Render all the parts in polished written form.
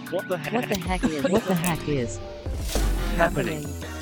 What the heck is happening?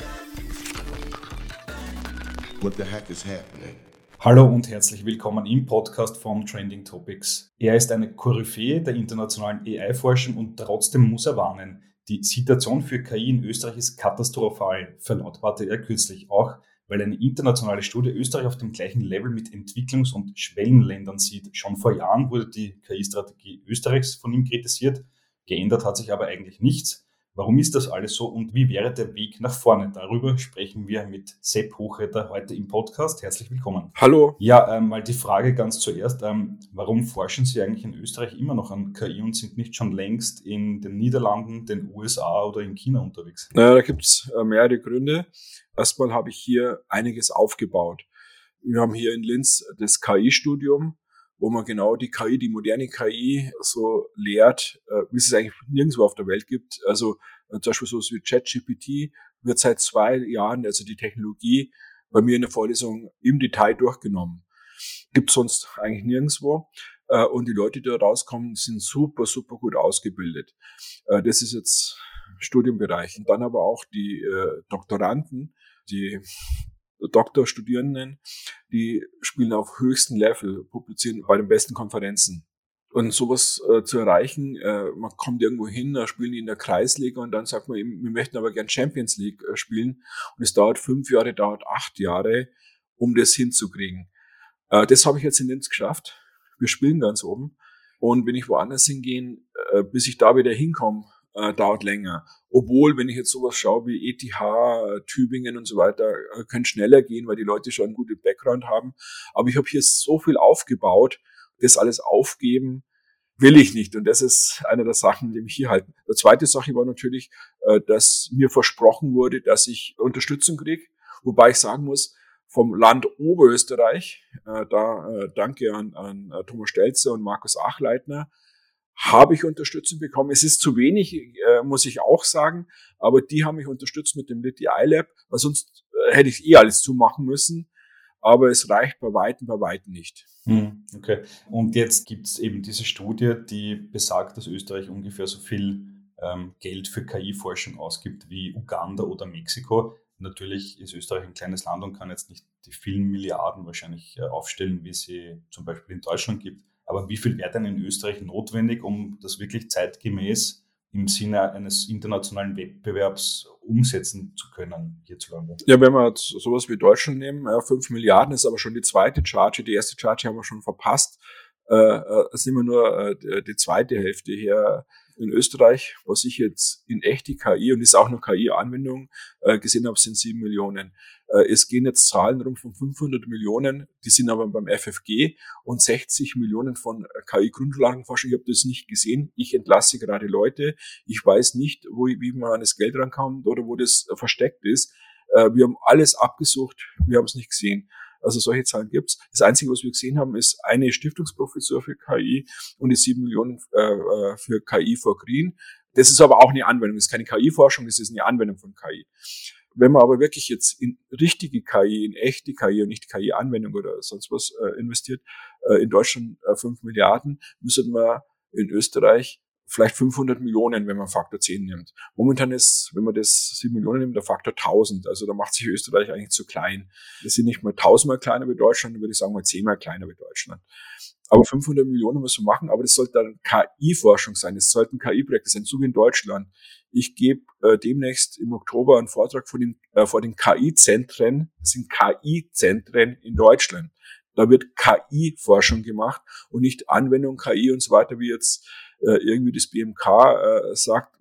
What the heck is happening? Hallo und herzlich willkommen im Podcast von Trending Topics. Er ist eine Koryphäe der internationalen AI-Forschung und trotzdem muss er warnen. Die Situation für KI in Österreich ist katastrophal, verlautbarte er kürzlich auch, weil eine internationale Studie Österreich auf dem gleichen Level mit Entwicklungs- und Schwellenländern sieht. Schon vor Jahren wurde die KI-Strategie Österreichs von ihm kritisiert, geändert hat sich aber eigentlich nichts. Warum ist das alles so und wie wäre der Weg nach vorne? Darüber sprechen wir mit Sepp Hochreiter heute im Podcast. Herzlich willkommen. Hallo. Ja, mal die Frage ganz zuerst. Warum forschen Sie eigentlich in Österreich immer noch an KI und sind nicht schon längst in den Niederlanden, den USA oder in China unterwegs? Naja, da gibt's mehrere Gründe. Erstmal habe ich hier einiges aufgebaut. Wir haben hier in Linz das KI-Studium, wo man genau die KI, die moderne KI so lehrt, wie es eigentlich nirgendwo auf der Welt gibt. Also zum Beispiel so wie ChatGPT wird seit 2 Jahren, also die Technologie, bei mir in der Vorlesung im Detail durchgenommen. Gibt sonst eigentlich nirgendwo. Und die Leute, die da rauskommen, sind super, super gut ausgebildet. Das ist jetzt Studienbereich. Und dann aber auch die Doktoranden, die Doktorstudierenden, die spielen auf höchstem Level, publizieren bei den besten Konferenzen. Und sowas zu erreichen, man kommt irgendwo hin, da spielen die in der Kreisliga und dann sagt man eben, wir möchten aber gern Champions League spielen. Und es dauert 5 Jahre, dauert 8 Jahre, um das hinzukriegen. Das habe ich jetzt in Linz geschafft. Wir spielen ganz oben. Und wenn ich woanders hingehe, bis ich da wieder hinkomme, dauert länger. Obwohl, wenn ich jetzt sowas schaue wie ETH, Tübingen und so weiter, könnte schneller gehen, weil die Leute schon einen guten Background haben. Aber ich habe hier so viel aufgebaut, das alles aufgeben will ich nicht. Und das ist eine der Sachen, die mich hier halten. Die zweite Sache war natürlich, dass mir versprochen wurde, dass ich Unterstützung kriege. Wobei ich sagen muss, vom Land Oberösterreich, danke an Thomas Stelzer und Markus Achleitner, habe ich Unterstützung bekommen. Es ist zu wenig, muss ich auch sagen, aber die haben mich unterstützt mit dem Liti iLab, weil sonst hätte ich alles zumachen müssen, aber es reicht bei Weitem nicht. Okay. Und jetzt gibt es eben diese Studie, die besagt, dass Österreich ungefähr so viel Geld für KI-Forschung ausgibt wie Uganda oder Mexiko. Natürlich ist Österreich ein kleines Land und kann jetzt nicht die vielen Milliarden wahrscheinlich aufstellen, wie sie zum Beispiel in Deutschland gibt. Aber wie viel wäre denn in Österreich notwendig, um das wirklich zeitgemäß im Sinne eines internationalen Wettbewerbs umsetzen zu können hierzulande? Ja, wenn wir jetzt sowas wie Deutschland nehmen, 5 Milliarden ist aber schon die zweite Charge. Die erste Charge haben wir schon verpasst. Es nehmen wir nur die zweite Hälfte her. In Österreich, was ich jetzt in echte KI, und das ist auch eine KI-Anwendung, gesehen habe, sind 7 Millionen. Es gehen jetzt Zahlen rum von 500 Millionen, die sind aber beim FFG, und 60 Millionen von KI-Grundlagenforschung. Ich habe das nicht gesehen. Ich entlasse gerade Leute. Ich weiß nicht, wie man an das Geld rankommt oder wo das versteckt ist. Wir haben alles abgesucht, wir haben es nicht gesehen. Also solche Zahlen gibt's. Das Einzige, was wir gesehen haben, ist eine Stiftungsprofessur für KI und die 7 Millionen für KI for Green. Das ist aber auch eine Anwendung. Das ist keine KI-Forschung, das ist eine Anwendung von KI. Wenn man aber wirklich jetzt in richtige KI, in echte KI und nicht KI-Anwendung oder sonst was investiert, in Deutschland 5 Milliarden, müsste man in Österreich vielleicht 500 Millionen, wenn man Faktor 10 nimmt. Momentan ist, wenn man das 7 Millionen nimmt, der Faktor 1000. Also da macht sich Österreich eigentlich zu klein. Das sind nicht mal 1000-mal kleiner wie Deutschland, dann würde ich sagen mal 10-mal kleiner wie Deutschland. Aber 500 Millionen müssen wir machen, aber das sollte dann KI-Forschung sein. Es sollten KI-Projekte sein, so wie in Deutschland. Ich gebe demnächst im Oktober einen Vortrag vor den KI-Zentren. Das sind KI-Zentren in Deutschland. Da wird KI-Forschung gemacht und nicht Anwendung KI und so weiter, wie jetzt irgendwie das BMK sagt,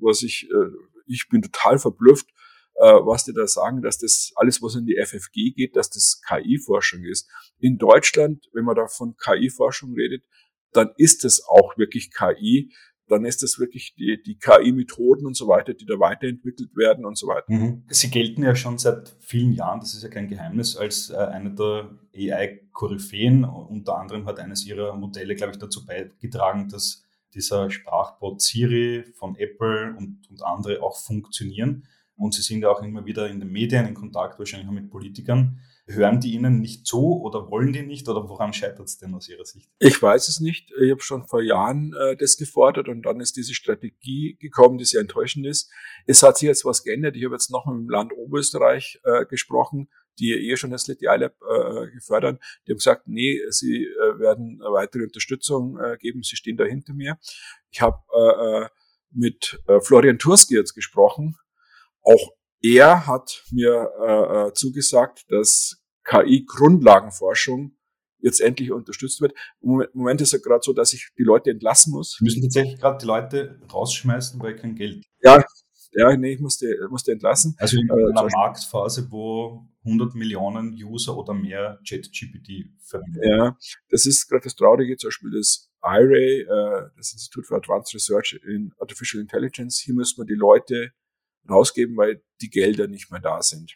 ich bin total verblüfft, was die da sagen, dass das alles, was in die FFG geht, dass das KI-Forschung ist. In Deutschland, wenn man da von KI-Forschung redet, dann ist es auch wirklich KI. Dann ist das wirklich die KI-Methoden und so weiter, die da weiterentwickelt werden und so weiter. Sie gelten ja schon seit vielen Jahren, das ist ja kein Geheimnis, als eine der AI-Koryphäen. Unter anderem hat eines Ihrer Modelle, glaube ich, dazu beigetragen, dass dieser Sprachbot Siri von Apple und andere auch funktionieren. Und Sie sind ja auch immer wieder in den Medien in Kontakt, wahrscheinlich auch mit Politikern. Hören die Ihnen nicht zu oder wollen die nicht oder woran scheitert es denn aus Ihrer Sicht? Ich weiß es nicht. Ich habe schon vor Jahren das gefordert und dann ist diese Strategie gekommen, die sehr enttäuschend ist. Es hat sich jetzt was geändert. Ich habe jetzt noch mit dem Land Oberösterreich gesprochen, die schon das Lithium Lab gefördert. Die haben gesagt, nee, sie werden weitere Unterstützung geben. Sie stehen da hinter mir. Ich habe mit Florian Turski jetzt gesprochen. Auch er hat mir zugesagt, dass KI-Grundlagenforschung jetzt endlich unterstützt wird. Im Moment ist es gerade so, dass ich die Leute entlassen muss. Sie müssen tatsächlich gerade die Leute rausschmeißen, weil kein Geld. Ja, nee, ich musste entlassen. Also in einer Marktphase, wo 100 Millionen User oder mehr ChatGPT verwenden. Ja, das ist gerade das Traurige, zum Beispiel das IRAY, das Institut for Advanced Research in Artificial Intelligence. Hier müssen wir die Leute rausgeben, weil die Gelder nicht mehr da sind.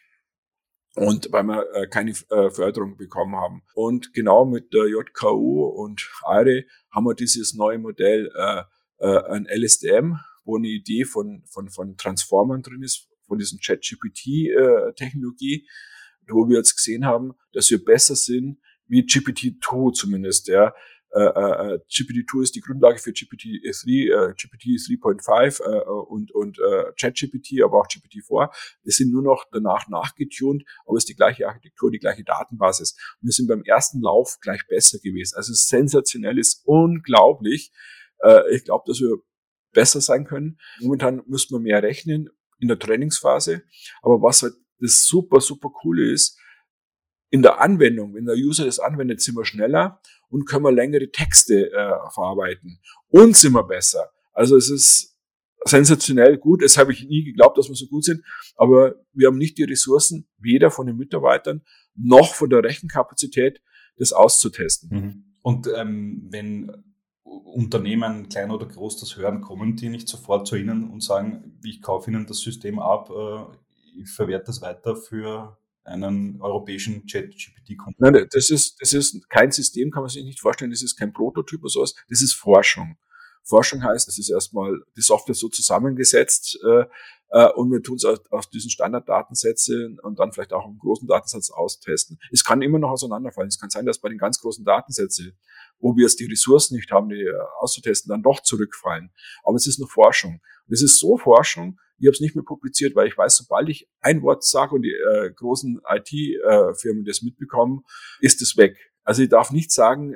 Und weil wir keine Förderung bekommen haben. Und genau mit der JKU und IRAY haben wir dieses neue Modell, ein LSTM, wo eine Idee von Transformern drin ist, von diesen ChatGPT-Technologie, wo wir jetzt gesehen haben, dass wir besser sind wie GPT-2 zumindest, ja. GPT-2 ist die Grundlage für GPT-3, GPT 3.5 und ChatGPT, aber auch GPT-4. Wir sind nur noch danach nachgetunt, aber es ist die gleiche Architektur, die gleiche Datenbasis. Und wir sind beim ersten Lauf gleich besser gewesen. Also sensationell, ist unglaublich. Ich glaube, dass wir besser sein können. Momentan müssen wir mehr rechnen in der Trainingsphase. Aber was halt das super, super coole ist, in der Anwendung, wenn der User das anwendet, sind wir schneller und können wir längere Texte verarbeiten. Und sind wir besser. Also es ist sensationell gut. Das habe ich nie geglaubt, dass wir so gut sind. Aber wir haben nicht die Ressourcen, weder von den Mitarbeitern noch von der Rechenkapazität, das auszutesten. Mhm. Und wenn Unternehmen, klein oder groß, das hören, kommen die nicht sofort zu Ihnen und sagen, ich kaufe Ihnen das System ab, ich verwerte das weiter für einen europäischen ChatGPT-Kunden? Nein, das ist kein System, kann man sich nicht vorstellen, das ist kein Prototyp oder sowas, das ist Forschung. Forschung heißt, das ist erstmal die Software so zusammengesetzt und wir tun es auf diesen Standarddatensätzen und dann vielleicht auch einen großen Datensatz austesten. Es kann immer noch auseinanderfallen. Es kann sein, dass bei den ganz großen Datensätzen, wo wir jetzt die Ressourcen nicht haben, die auszutesten, dann doch zurückfallen. Aber es ist nur Forschung. Und es ist so Forschung, ich habe es nicht mehr publiziert, weil ich weiß, sobald ich ein Wort sage und die großen IT-Firmen das mitbekommen, ist es weg. Also ich darf nicht sagen,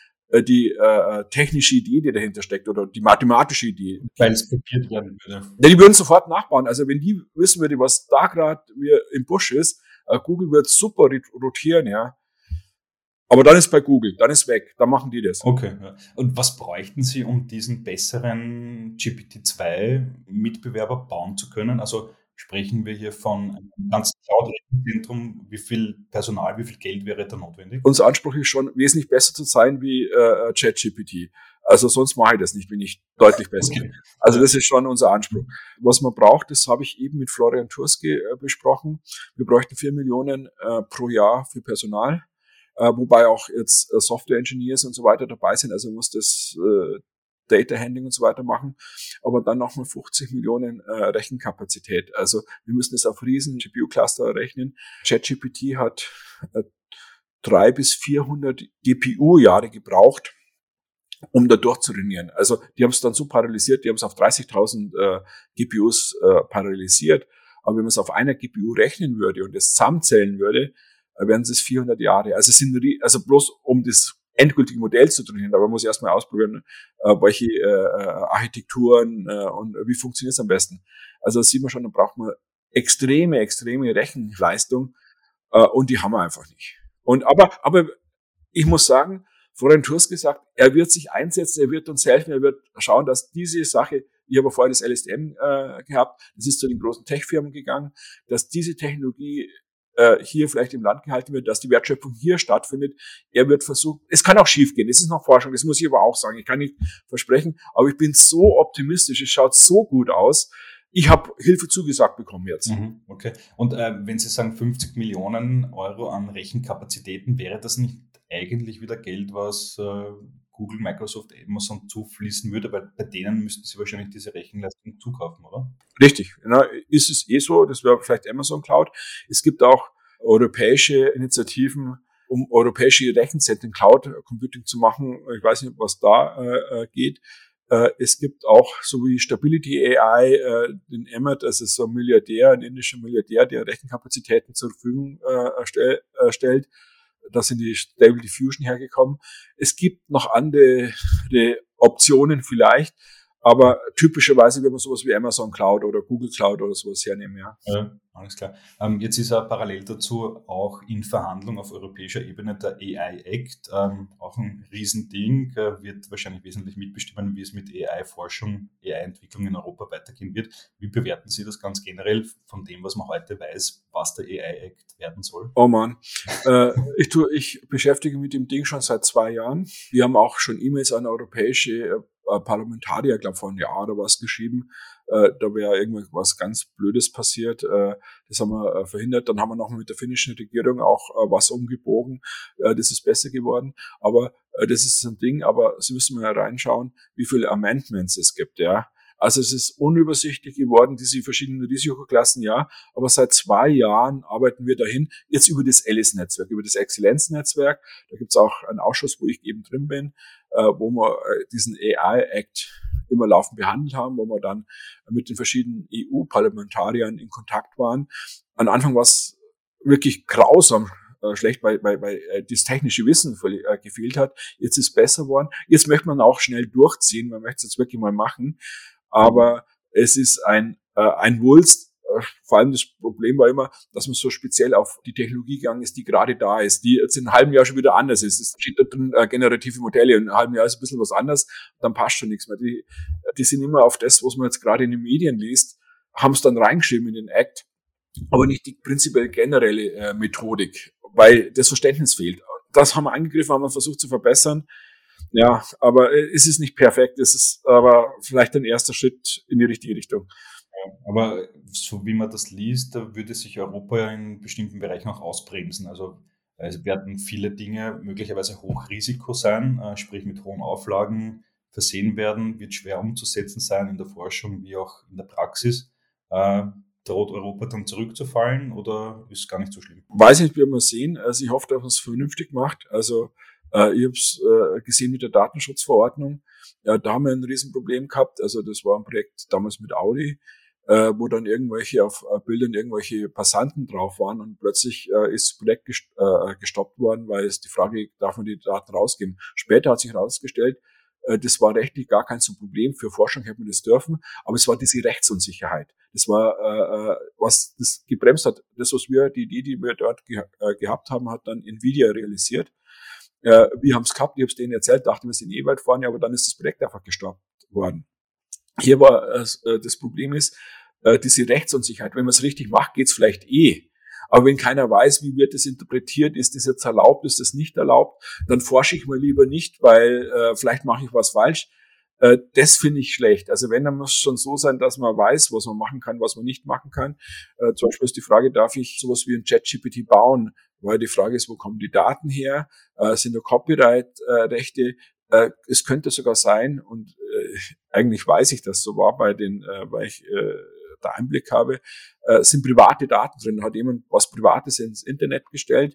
die technische Idee, die dahinter steckt oder die mathematische Idee. Weil es kopiert werden würde. Ja, die würden sofort nachbauen. Also wenn die wissen würde, was da gerade im Busch ist, Google wird super rotieren, ja. Aber dann ist bei Google, dann ist weg, dann machen die das. Okay. Ja. Und was bräuchten Sie, um diesen besseren GPT-2-Mitbewerber bauen zu können? Also sprechen wir hier von einem ganzen Cloud-Rechenzentrum, wie viel Personal, wie viel Geld wäre da notwendig? Unser Anspruch ist schon, wesentlich besser zu sein wie ChatGPT. Also sonst mache ich das nicht, bin ich deutlich besser. Okay. Also das ist schon unser Anspruch. Was man braucht, das habe ich eben mit Florian Turski besprochen. Wir bräuchten 4 Millionen pro Jahr für Personal. Wobei auch jetzt Software Engineers und so weiter dabei sind, also muss das Data Handling und so weiter machen, aber dann nochmal 50 Millionen Rechenkapazität. Also wir müssen es auf riesen GPU-Cluster rechnen. ChatGPT hat 300 bis 400 GPU-Jahre gebraucht, um da durchzutrainieren. Also die haben es dann so paralysiert, die haben es auf 30.000 GPUs paralysiert, aber wenn man es auf einer GPU rechnen würde und es zusammenzählen würde, wären es 400 Jahre. Also also bloß um das endgültige Modell zu trainieren, aber man muss erstmal ausprobieren, welche Architekturen und wie funktioniert es am besten. Also das sieht man schon, da braucht man extreme Rechenleistung und die haben wir einfach nicht. Aber ich muss sagen, Florian Turski sagt, er wird sich einsetzen, er wird uns helfen, er wird schauen, dass diese Sache, ich habe vorher das LSTM gehabt, das ist zu den großen Tech-Firmen gegangen, dass diese Technologie hier vielleicht im Land gehalten wird, dass die Wertschöpfung hier stattfindet. Er wird versuchen, es kann auch schief gehen, es ist noch Forschung, das muss ich aber auch sagen, ich kann nicht versprechen, aber ich bin so optimistisch, es schaut so gut aus. Ich habe Hilfe zugesagt bekommen jetzt. Okay. Und wenn Sie sagen 50 Millionen Euro an Rechenkapazitäten, wäre das nicht eigentlich wieder Geld, was Google, Microsoft, Amazon zufließen würde, weil bei denen müssten Sie wahrscheinlich diese Rechenleistung zukaufen, oder? Richtig, ist es so, das wäre vielleicht Amazon Cloud. Es gibt auch europäische Initiativen, um europäische Rechenzentren Cloud Computing zu machen. Ich weiß nicht, was da geht. Es gibt auch so wie Stability AI, den Emmet, also so ein Milliardär, ein indischer Milliardär, der Rechenkapazitäten zur Verfügung stellt. Da sind die Stable Diffusion hergekommen. Es gibt noch andere Optionen vielleicht, aber typischerweise wird man sowas wie Amazon Cloud oder Google Cloud oder sowas hernehmen, ja. Ja, alles klar. Jetzt ist parallel dazu auch in Verhandlung auf europäischer Ebene der AI Act, auch ein Riesending, wird wahrscheinlich wesentlich mitbestimmen, wie es mit AI-Forschung, AI-Entwicklung in Europa weitergehen wird. Wie bewerten Sie das ganz generell von dem, was man heute weiß, was der AI Act werden soll? Oh Mann, ich beschäftige mich mit dem Ding schon seit 2 Jahren. Wir haben auch schon E-Mails an europäische Parlamentarier, glaube vor einem Jahr oder was geschrieben. Da wäre irgendwas ganz Blödes passiert. Das haben wir verhindert. Dann haben wir noch mit der finnischen Regierung auch was umgebogen. Das ist besser geworden. Aber das ist ein Ding. Aber Sie müssen mal reinschauen, wie viele Amendments es gibt, ja. Also es ist unübersichtlich geworden, diese verschiedenen Risikoklassen, ja. Aber seit 2 Jahren arbeiten wir dahin, jetzt über das ELIS-Netzwerk, über das Exzellenznetzwerk. Da gibt es auch einen Ausschuss, wo ich eben drin bin, wo wir diesen AI-Act immer laufend behandelt haben, wo wir dann mit den verschiedenen EU-Parlamentariern in Kontakt waren. Am Anfang war es wirklich grausam schlecht, weil das technische Wissen gefehlt hat. Jetzt ist es besser geworden. Jetzt möchte man auch schnell durchziehen. Man möchte es jetzt wirklich mal machen. Aber es ist ein Wulst. Vor allem das Problem war immer, dass man so speziell auf die Technologie gegangen ist, die gerade da ist, die jetzt in einem halben Jahr schon wieder anders ist. Es steht da drin, generative Modelle, und in einem halben Jahr ist ein bisschen was anderes, dann passt schon nichts mehr. Die sind immer auf das, was man jetzt gerade in den Medien liest, haben es dann reingeschrieben in den Act, aber nicht die prinzipiell generelle Methodik, weil das Verständnis fehlt. Das haben wir angegriffen, haben wir versucht zu verbessern. Ja, aber es ist nicht perfekt, es ist aber vielleicht ein erster Schritt in die richtige Richtung. Aber so wie man das liest, da würde sich Europa in bestimmten Bereichen auch ausbremsen. Also es werden viele Dinge möglicherweise Hochrisiko sein, sprich mit hohen Auflagen versehen werden, wird schwer umzusetzen sein in der Forschung wie auch in der Praxis. Droht Europa dann zurückzufallen oder ist es gar nicht so schlimm? Weiß nicht, wie wir sehen. Also ich hoffe, dass man es vernünftig macht. Also ich habe es gesehen mit der Datenschutzverordnung. Ja, da haben wir ein Riesenproblem gehabt. Also das war ein Projekt damals mit Audi, wo dann irgendwelche auf Bildern irgendwelche Passanten drauf waren, und plötzlich ist das Projekt gestoppt worden, weil es die Frage, darf man die Daten rausgeben? Später hat sich herausgestellt, das war rechtlich gar kein so Problem. Für Forschung hätte man das dürfen, aber es war diese Rechtsunsicherheit. Das war, was das gebremst hat. Das, was wir, die Idee, die wir dort gehabt haben, hat dann Nvidia realisiert. Wir haben es gehabt, ich habe es denen erzählt, dachte, wir sind eh weit vorne, aber dann ist das Projekt einfach gestoppt worden. Hier war das Problem ist, diese Rechtsunsicherheit. Wenn man es richtig macht, geht's vielleicht eh. Aber wenn keiner weiß, wie wird das interpretiert, ist das jetzt erlaubt, ist das nicht erlaubt, dann forsche ich mal lieber nicht, weil vielleicht mache ich was falsch. Das finde ich schlecht. Also wenn, dann muss es schon so sein, dass man weiß, was man machen kann, was man nicht machen kann. Zum Beispiel ist die Frage, darf ich sowas wie ein ChatGPT bauen? Weil die Frage ist, wo kommen die Daten her? Sind da Copyright-Rechte? Es könnte sogar sein, und eigentlich weiß ich, dass so war weil ich da Einblick habe, sind private Daten drin. Da hat jemand was Privates ins Internet gestellt,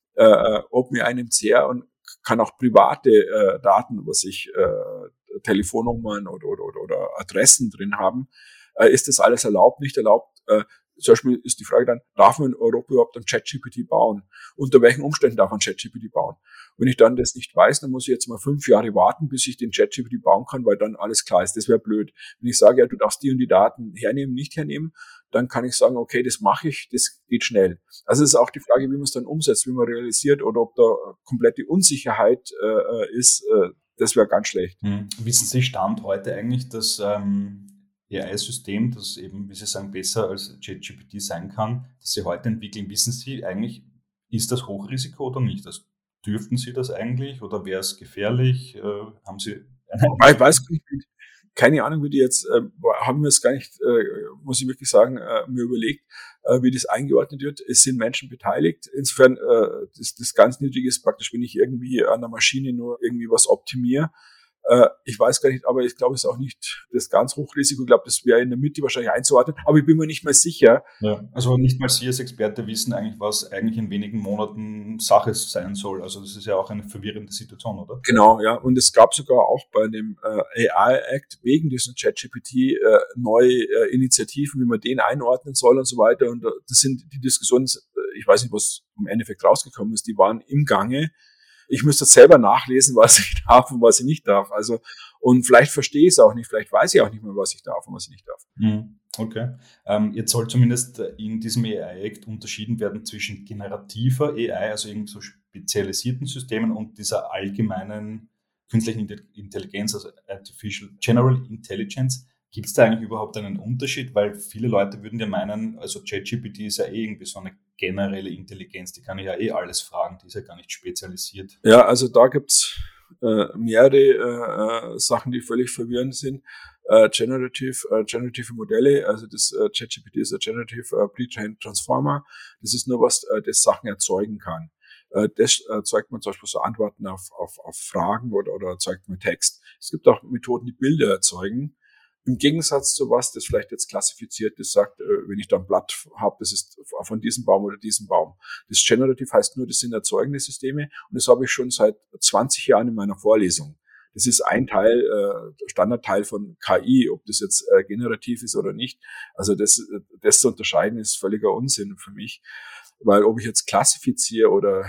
OpenAI nimmt es her und kann auch private Daten, was ich Telefonnummern oder Adressen drin haben. Ist das alles erlaubt, nicht erlaubt? Zum Beispiel ist die Frage dann, darf man in Europa überhaupt ein ChatGPT bauen? Unter welchen Umständen darf man ChatGPT bauen? Wenn ich dann das nicht weiß, dann muss ich jetzt mal 5 Jahre warten, bis ich den ChatGPT bauen kann, weil dann alles klar ist. Das wäre blöd. Wenn ich sage, ja, du darfst die und die Daten hernehmen, nicht hernehmen, dann kann ich sagen, okay, das mache ich, das geht schnell. Also es ist auch die Frage, wie man es dann umsetzt, wie man realisiert, oder ob da komplette Unsicherheit ist. Das wäre ganz schlecht. Wissen Sie Stand heute eigentlich, dass AI-System, das eben, wie Sie sagen, besser als ChatGPT sein kann, das Sie heute entwickeln, wissen Sie eigentlich, ist das Hochrisiko oder nicht? Dürften Sie das eigentlich oder wäre es gefährlich? Haben Sie ich weiß nicht, keine Ahnung, wie die jetzt, haben wir es gar nicht, muss ich wirklich sagen, mir überlegt, wie das eingeordnet wird. Es sind Menschen beteiligt. Insofern, das ganz Nötige ist praktisch, wenn ich irgendwie an der Maschine nur irgendwie was optimiere, Ich weiß gar nicht, aber ich glaube, es ist auch nicht das ganz Hochrisiko. Ich glaube, das wäre in der Mitte wahrscheinlich einzuordnen, aber ich bin mir nicht mehr sicher. Ja, also nicht mal Sie als Experte wissen eigentlich, was eigentlich in wenigen Monaten Sache sein soll. Also das ist ja auch eine verwirrende Situation, oder? Genau, ja. Und es gab sogar auch bei dem AI-Act wegen diesem ChatGPT neue Initiativen, wie man den einordnen soll und so weiter. Und das sind die Diskussionen, ich weiß nicht, was im Endeffekt rausgekommen ist, die waren im Gange. Ich müsste selber nachlesen, was ich darf und was ich nicht darf. Also, und vielleicht verstehe ich es auch nicht, vielleicht weiß ich auch nicht mehr, was ich darf und was ich nicht darf. Okay. Jetzt soll zumindest in diesem AI-Act unterschieden werden zwischen generativer AI, also irgend so spezialisierten Systemen, und dieser allgemeinen künstlichen Intelligenz, also Artificial General Intelligence. Gibt es da eigentlich überhaupt einen Unterschied? Weil viele Leute würden ja meinen, also ChatGPT ist ja irgendwie so eine generelle Intelligenz, die kann ich ja alles fragen, die ist ja gar nicht spezialisiert. Ja, also da gibt's mehrere Sachen, die völlig verwirrend sind. Generative Modelle, also das ChatGPT ist ein Generative Pre-trained Transformer. Das ist nur was, das Sachen erzeugen kann. Das erzeugt man zum Beispiel so Antworten auf Fragen oder erzeugt man Text. Es gibt auch Methoden, die Bilder erzeugen. Im Gegensatz zu was, das vielleicht jetzt klassifiziert ist, sagt, wenn ich da ein Blatt habe, das ist von diesem Baum oder diesem Baum. Das Generative heißt nur, das sind erzeugende Systeme, und das habe ich schon seit 20 Jahren in meiner Vorlesung. Das ist ein Teil, Standardteil von KI, ob das jetzt generativ ist oder nicht. Also das zu unterscheiden ist völliger Unsinn für mich, weil ob ich jetzt klassifiziere oder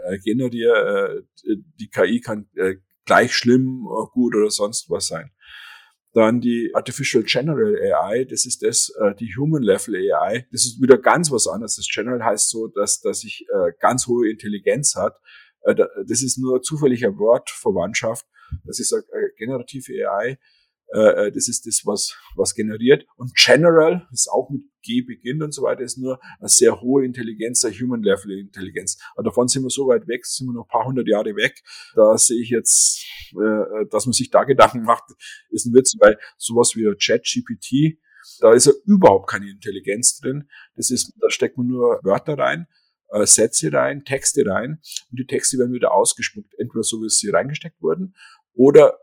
generiere, die KI kann gleich schlimm, gut oder sonst was sein. Dann die Artificial General AI, das ist die Human Level AI. Das ist wieder ganz was anderes. Das General heißt so, dass ich ganz hohe Intelligenz hat. Das ist nur zufälliger Wortverwandtschaft, dass ich sage, generative AI, das ist das, was generiert. Und General, das auch mit G beginnt und so weiter, ist nur eine sehr hohe Intelligenz, eine Human Level Intelligenz. Aber davon sind wir so weit weg, sind wir noch ein paar hundert Jahre weg. Da sehe ich jetzt, dass man sich da Gedanken macht, ist ein Witz, weil sowas wie der ChatGPT, da ist ja überhaupt keine Intelligenz drin. Da steckt man nur Wörter rein, Sätze rein, Texte rein, und die Texte werden wieder ausgespuckt, entweder so, wie sie reingesteckt wurden, oder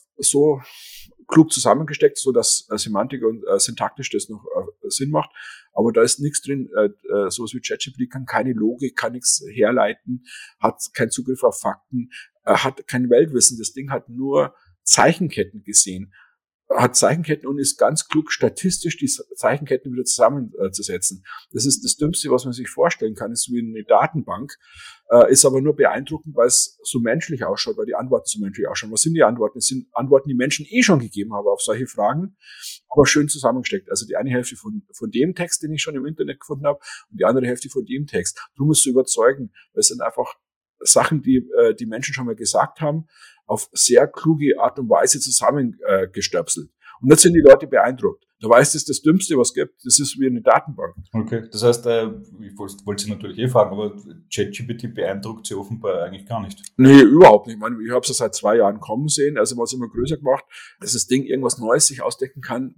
so klug zusammengesteckt, so dass Semantik und syntaktisch das noch Sinn macht. Aber da ist nichts drin. Sowas wie ChatGPT kann keine Logik, kann nichts herleiten, hat keinen Zugriff auf Fakten, hat kein Weltwissen. Das Ding hat nur Zeichenketten gesehen, hat Zeichenketten und ist ganz klug, statistisch die Zeichenketten wieder zusammenzusetzen. Das ist das Dümmste, was man sich vorstellen kann. Ist wie eine Datenbank, ist aber nur beeindruckend, weil es so menschlich ausschaut, weil die Antworten so menschlich ausschauen. Was sind die Antworten? Es sind Antworten, die Menschen schon gegeben haben auf solche Fragen, aber schön zusammengesteckt. Also die eine Hälfte von dem Text, den ich schon im Internet gefunden habe, und die andere Hälfte von dem Text. Darum ist es zu überzeugen, weil es sind einfach Sachen, die die Menschen schon mal gesagt haben, auf sehr kluge Art und Weise zusammengestöpselt. Und jetzt sind die Leute beeindruckt. Da weiß das Dümmste, was es gibt. Das ist wie eine Datenbank. Okay, das heißt, ich wollte Sie natürlich fragen, aber ChatGPT beeindruckt Sie offenbar eigentlich gar nicht. Nee, überhaupt nicht. Ich habe es ja seit 2 Jahren kommen sehen, also man hat es immer größer gemacht, dass das Ding irgendwas Neues sich ausdenken kann,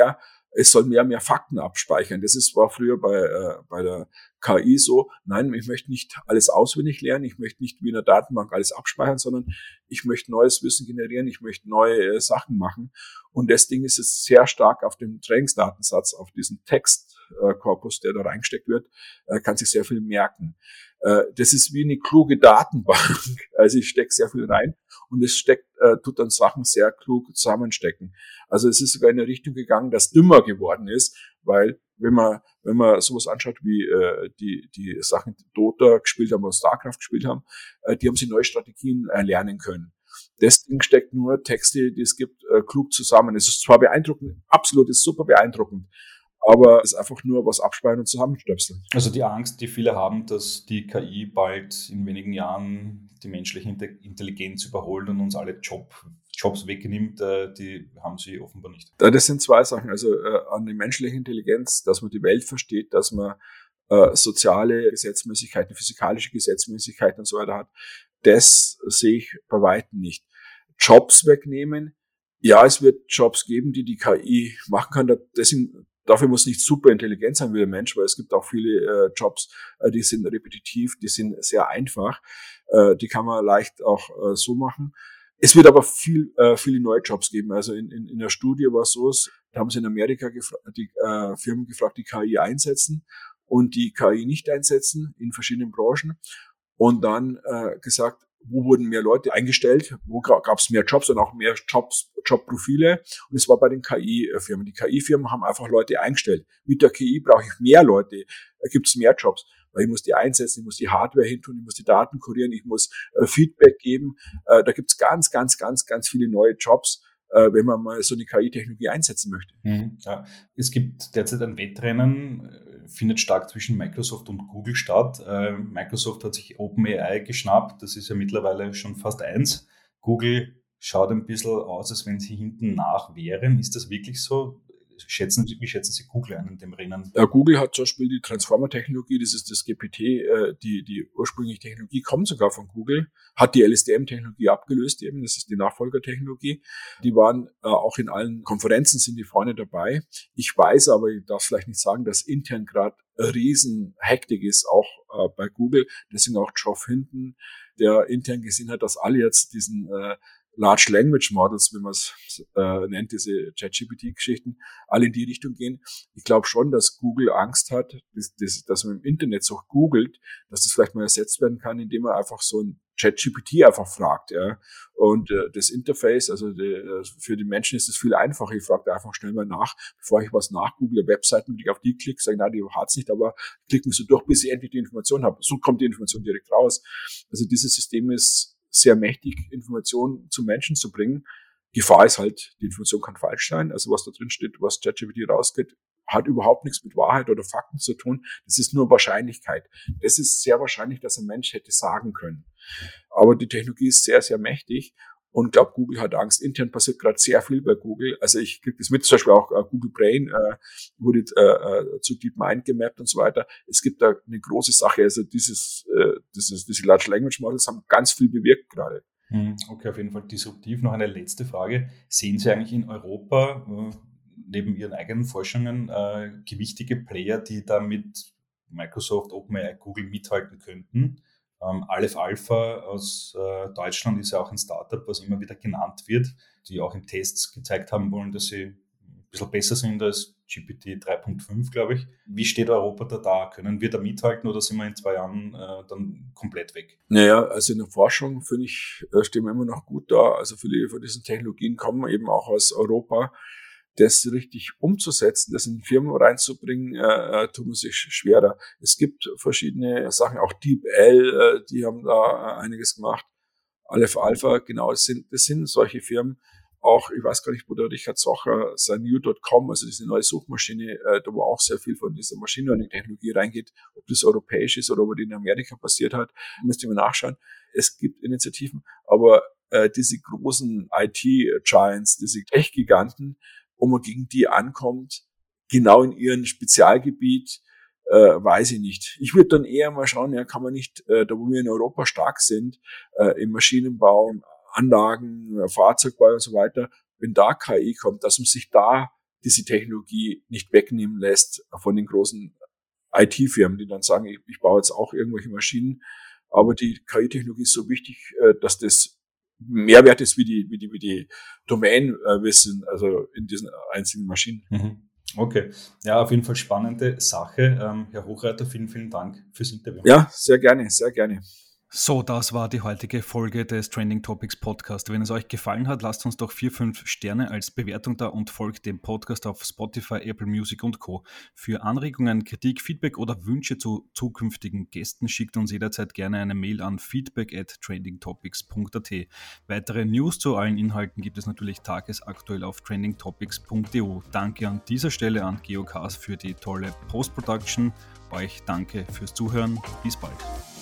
es soll mehr Fakten abspeichern. War früher bei der KI so. Nein, ich möchte nicht alles auswendig lernen. Ich möchte nicht wie in der Datenbank alles abspeichern, sondern ich möchte neues Wissen generieren. Ich möchte neue Sachen machen. Und das Ding ist es sehr stark auf dem Trainingsdatensatz, auf diesen Textkorpus, der da reingesteckt wird, kann sich sehr viel merken. Das ist wie eine kluge Datenbank. Also ich stecke sehr viel rein und es tut dann Sachen sehr klug zusammenstecken. Also es ist sogar in eine Richtung gegangen, dass dümmer geworden ist, weil wenn man sowas anschaut wie die Sachen, die Dota gespielt haben oder StarCraft gespielt haben, die haben sie neue Strategien lernen können. Das Ding steckt nur Texte, die es gibt, klug zusammen. Es ist zwar beeindruckend, absolut, ist super beeindruckend, aber es ist einfach nur was abspeichern und zusammenstöpseln. Also die Angst, die viele haben, dass die KI bald in wenigen Jahren die menschliche Intelligenz überholt und uns alle Jobs wegnimmt, die haben sie offenbar nicht. Das sind 2 Sachen. Also an die menschliche Intelligenz, dass man die Welt versteht, dass man soziale Gesetzmäßigkeiten, physikalische Gesetzmäßigkeiten und so weiter hat. Das sehe ich bei Weitem nicht. Jobs wegnehmen. Ja, es wird Jobs geben, die KI machen kann. Dafür muss nicht super intelligent sein wie der Mensch, weil es gibt auch viele Jobs, die sind repetitiv, die sind sehr einfach. Die kann man leicht auch so machen. Es wird aber viele neue Jobs geben. Also in der Studie war es so, da haben sie in Amerika die Firmen gefragt, die KI einsetzen und die KI nicht einsetzen in verschiedenen Branchen und dann gesagt, wo wurden mehr Leute eingestellt, wo gab es mehr Jobs und auch mehr Jobprofile. Und es war bei den KI-Firmen. Die KI-Firmen haben einfach Leute eingestellt. Mit der KI brauche ich mehr Leute, gibt es mehr Jobs. Weil ich muss die einsetzen, ich muss die Hardware hintun, ich muss die Daten kurieren, ich muss Feedback geben. Da gibt's ganz viele neue Jobs, wenn man mal so eine KI-Technologie einsetzen möchte. Ja. Es gibt derzeit ein Wettrennen, findet stark zwischen Microsoft und Google statt. Microsoft hat sich OpenAI geschnappt, das ist ja mittlerweile schon fast 1. Google schaut ein bisschen aus, als wenn sie hinten nach wären. Ist das wirklich so? Wie schätzen Sie Google ein in dem Rennen? Google hat zum Beispiel die Transformer-Technologie, das ist das GPT, die ursprüngliche Technologie kommt sogar von Google, hat die LSTM-Technologie abgelöst eben, das ist die Nachfolgertechnologie. Die waren auch in allen Konferenzen, sind die vorne dabei. Ich weiß aber, ich darf vielleicht nicht sagen, dass intern gerade riesen Hektik ist, auch bei Google. Deswegen auch Geoff Hinton, der intern gesehen hat, dass alle jetzt diesen Large Language Models, wie man es nennt, diese ChatGPT-Geschichten, alle in die Richtung gehen. Ich glaube schon, dass Google Angst hat, dass man im Internet so googelt, dass das vielleicht mal ersetzt werden kann, indem man einfach so ein ChatGPT einfach fragt. Ja. Und das Interface, also für die Menschen ist es viel einfacher. Ich frage einfach schnell mal nach, bevor ich was nachgoogle, Webseiten, wenn ich auf die klicke, sage, na, die hat's nicht, aber ich klicke mich so durch, bis ich endlich die Information habe. So kommt die Information direkt raus. Also dieses System ist sehr mächtig, Informationen zu Menschen zu bringen. Gefahr ist halt, die Information kann falsch sein. Also was da drin steht, was ChatGPT rausgeht, hat überhaupt nichts mit Wahrheit oder Fakten zu tun. Das ist nur Wahrscheinlichkeit. Das ist sehr wahrscheinlich, dass ein Mensch hätte sagen können. Aber die Technologie ist sehr, sehr mächtig. Und ich glaube, Google hat Angst. Intern passiert gerade sehr viel bei Google. Also ich kriege das mit, zum Beispiel auch Google Brain wurde zu DeepMind gemappt und so weiter. Es gibt da eine große Sache. Also diese Large Language Models haben ganz viel bewirkt gerade. Okay, auf jeden Fall disruptiv. Noch eine letzte Frage. Sehen Sie eigentlich in Europa neben Ihren eigenen Forschungen gewichtige Player, die da mit Microsoft, OpenAI, Google mithalten könnten? Aleph Alpha aus Deutschland ist ja auch ein Startup, was immer wieder genannt wird, die auch in Tests gezeigt haben wollen, dass sie ein bisschen besser sind als GPT 3.5, glaube ich. Wie steht Europa da? Können wir da mithalten oder sind wir in 2 Jahren dann komplett weg? Naja, also in der Forschung, finde ich, stehen wir immer noch gut da. Also viele von diesen Technologien kommen eben auch aus Europa. Das richtig umzusetzen, das in Firmen reinzubringen, tut man sich schwerer. Es gibt verschiedene Sachen, auch DeepL, die haben da einiges gemacht. Aleph Alpha, genau, das sind solche Firmen. Auch, ich weiß gar nicht, wo der Richard Socher sein new.com, also diese neue Suchmaschine, da wo auch sehr viel von dieser Machine Learning-Technologie reingeht, ob das europäisch ist oder ob die in Amerika passiert hat, müsst ihr mal nachschauen. Es gibt Initiativen, aber diese großen IT-Giants, diese Tech-Giganten, wo man gegen die ankommt, genau in ihrem Spezialgebiet, weiß ich nicht. Ich würde dann eher mal schauen, ja, kann man nicht, da wo wir in Europa stark sind, im Maschinenbau, im Anlagen, Fahrzeugbau und so weiter, wenn da KI kommt, dass man sich da diese Technologie nicht wegnehmen lässt von den großen IT-Firmen, die dann sagen, ich baue jetzt auch irgendwelche Maschinen, aber die KI-Technologie ist so wichtig, dass das mehr wert ist wie die Domain-Wissen, also in diesen einzelnen Maschinen. Okay, ja, auf jeden Fall spannende Sache. Herr Hochreiter, vielen Dank fürs Interview. Ja, sehr gerne, sehr gerne. So, das war die heutige Folge des Trending Topics Podcast. Wenn es euch gefallen hat, lasst uns doch 4-5 Sterne als Bewertung da und folgt dem Podcast auf Spotify, Apple Music und Co. Für Anregungen, Kritik, Feedback oder Wünsche zu zukünftigen Gästen schickt uns jederzeit gerne eine Mail an feedback@trendingtopics.at. Weitere News zu allen Inhalten gibt es natürlich tagesaktuell auf trendingtopics.eu. Danke an dieser Stelle an Geocast für die tolle Post-Production. Euch danke fürs Zuhören. Bis bald.